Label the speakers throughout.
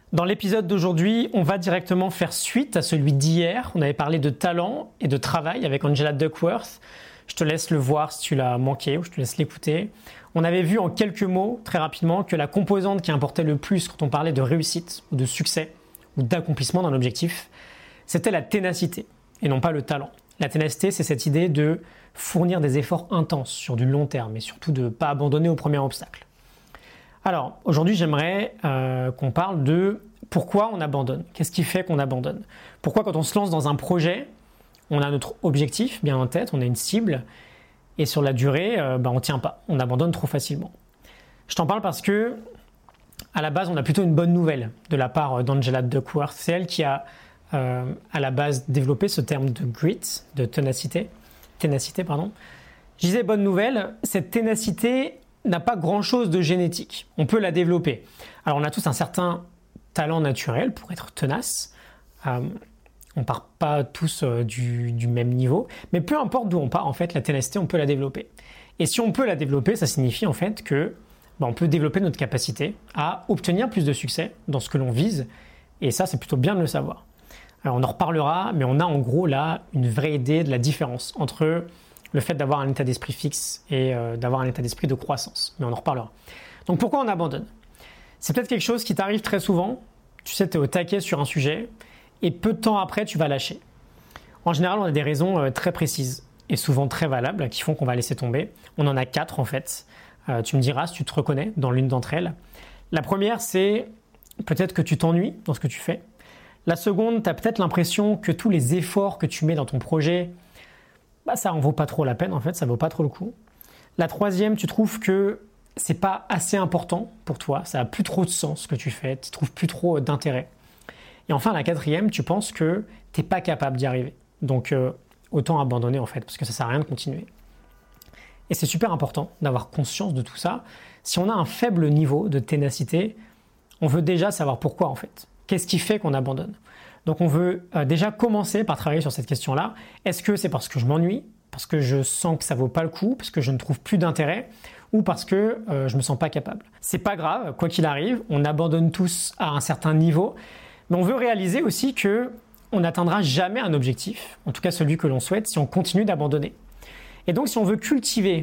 Speaker 1: Dans l'épisode d'aujourd'hui, on va directement faire suite à celui d'hier. On avait parlé de talent et de travail avec Angela Duckworth. Je te laisse le voir si tu l'as manqué ou je te laisse l'écouter. On avait vu en quelques mots, très rapidement, que la composante qui importait le plus quand on parlait de réussite ou de succès ou d'accomplissement d'un objectif, c'était la ténacité et non pas le talent. La ténacité, c'est cette idée de fournir des efforts intenses sur du long terme et surtout de ne pas abandonner au premier obstacle. Alors, aujourd'hui, j'aimerais qu'on parle de pourquoi on abandonne. Qu'est-ce qui fait qu'on abandonne? Pourquoi quand on se lance dans un projet, on a notre objectif bien en tête, on a une cible, et sur la durée, on ne tient pas, on abandonne trop facilement. Je t'en parle parce que, à la base, on a plutôt une bonne nouvelle de la part d'Angela Duckworth. C'est elle qui a, à la base, développé ce terme de grit, de ténacité. Je disais bonne nouvelle, cette ténacité n'a pas grand-chose de génétique. On peut la développer. Alors, on a tous un certain talent naturel pour être tenace. On ne part pas tous du même niveau. Mais peu importe d'où on part, en fait, la ténacité, on peut la développer. Et si on peut la développer, ça signifie en fait que on peut développer notre capacité à obtenir plus de succès dans ce que l'on vise. Et ça, c'est plutôt bien de le savoir. Alors, on en reparlera, mais on a en gros là une vraie idée de la différence entre le fait d'avoir un état d'esprit fixe et d'avoir un état d'esprit de croissance. Mais on en reparlera. Donc pourquoi on abandonne? C'est peut-être quelque chose qui t'arrive très souvent. Tu sais, tu es au taquet sur un sujet et peu de temps après, tu vas lâcher. En général, on a des raisons très précises et souvent très valables qui font qu'on va laisser tomber. On en a 4 en fait. Tu me diras si tu te reconnais dans l'une d'entre elles. La première, c'est peut-être que tu t'ennuies dans ce que tu fais. La seconde, tu as peut-être l'impression que tous les efforts que tu mets dans ton projet, ça en vaut pas trop la peine en fait, ça vaut pas trop le coup. La troisième, tu trouves que c'est pas assez important pour toi, ça a plus trop de sens ce que tu fais, tu trouves plus trop d'intérêt. Et enfin, la quatrième, tu penses que t'es pas capable d'y arriver. Donc autant abandonner en fait, parce que ça sert à rien de continuer. Et c'est super important d'avoir conscience de tout ça. Si on a un faible niveau de ténacité, on veut déjà savoir pourquoi en fait. Qu'est-ce qui fait qu'on abandonne? Donc on veut déjà commencer par travailler sur cette question-là. Est-ce que c'est parce que je m'ennuie, parce que je sens que ça vaut pas le coup, parce que je ne trouve plus d'intérêt, ou parce que je me sens pas capable? C'est pas grave, quoi qu'il arrive, on abandonne tous à un certain niveau, mais on veut réaliser aussi que on n'atteindra jamais un objectif, en tout cas celui que l'on souhaite, si on continue d'abandonner. Et donc si on veut cultiver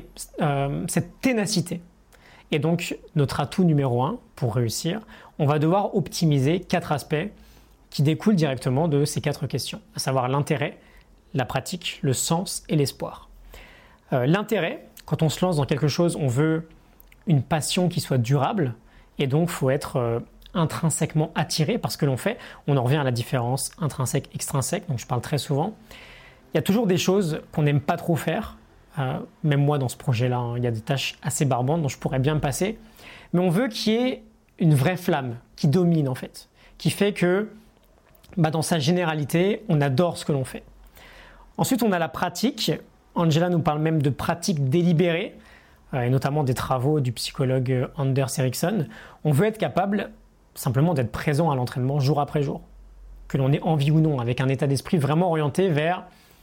Speaker 1: cette ténacité, et donc notre atout numéro 1 pour réussir, on va devoir optimiser 4 aspects qui découlent directement de ces 4 questions, à savoir l'intérêt, la pratique, le sens et l'espoir. L'intérêt, quand on se lance dans quelque chose, on veut une passion qui soit durable, et donc il faut être intrinsèquement attiré par ce que l'on fait. On en revient à la différence intrinsèque-extrinsèque, donc je parle très souvent. Il y a toujours des choses qu'on n'aime pas trop faire, même moi dans ce projet-là, il y a des tâches assez barbantes dont je pourrais bien me passer, mais on veut qu'il y ait une vraie flamme qui domine en fait, qui fait que dans sa généralité, on adore ce que l'on fait. Ensuite, on a la pratique. Angela nous parle même de pratique délibérée, et notamment des travaux du psychologue Anders Ericsson. On veut être capable simplement d'être présent à l'entraînement jour après jour, que l'on ait envie ou non, avec un état d'esprit vraiment orienté vers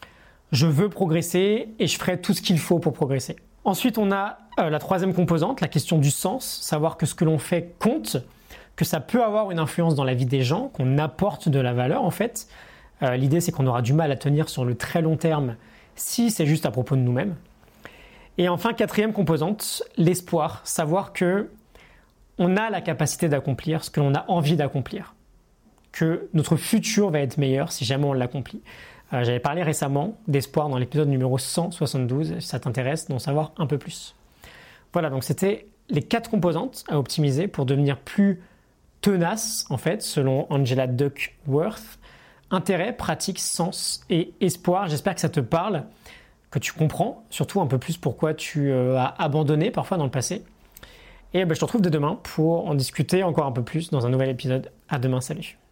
Speaker 1: « je veux progresser et je ferai tout ce qu'il faut pour progresser ». Ensuite, on a la troisième composante, la question du sens, savoir que ce que l'on fait compte, que ça peut avoir une influence dans la vie des gens, qu'on apporte de la valeur en fait. L'idée c'est qu'on aura du mal à tenir sur le très long terme si c'est juste à propos de nous-mêmes. Et enfin, quatrième composante, l'espoir, savoir que on a la capacité d'accomplir ce que l'on a envie d'accomplir, que notre futur va être meilleur si jamais on l'accomplit. J'avais parlé récemment d'espoir dans l'épisode numéro 172, si ça t'intéresse d'en savoir un peu plus. Voilà, donc c'était les 4 composantes à optimiser pour devenir plus tenace, en fait, selon Angela Duckworth. Intérêt, pratique, sens et espoir. J'espère que ça te parle, que tu comprends surtout un peu plus pourquoi tu as abandonné parfois dans le passé. Et je te retrouve dès demain pour en discuter encore un peu plus dans un nouvel épisode. À demain, salut.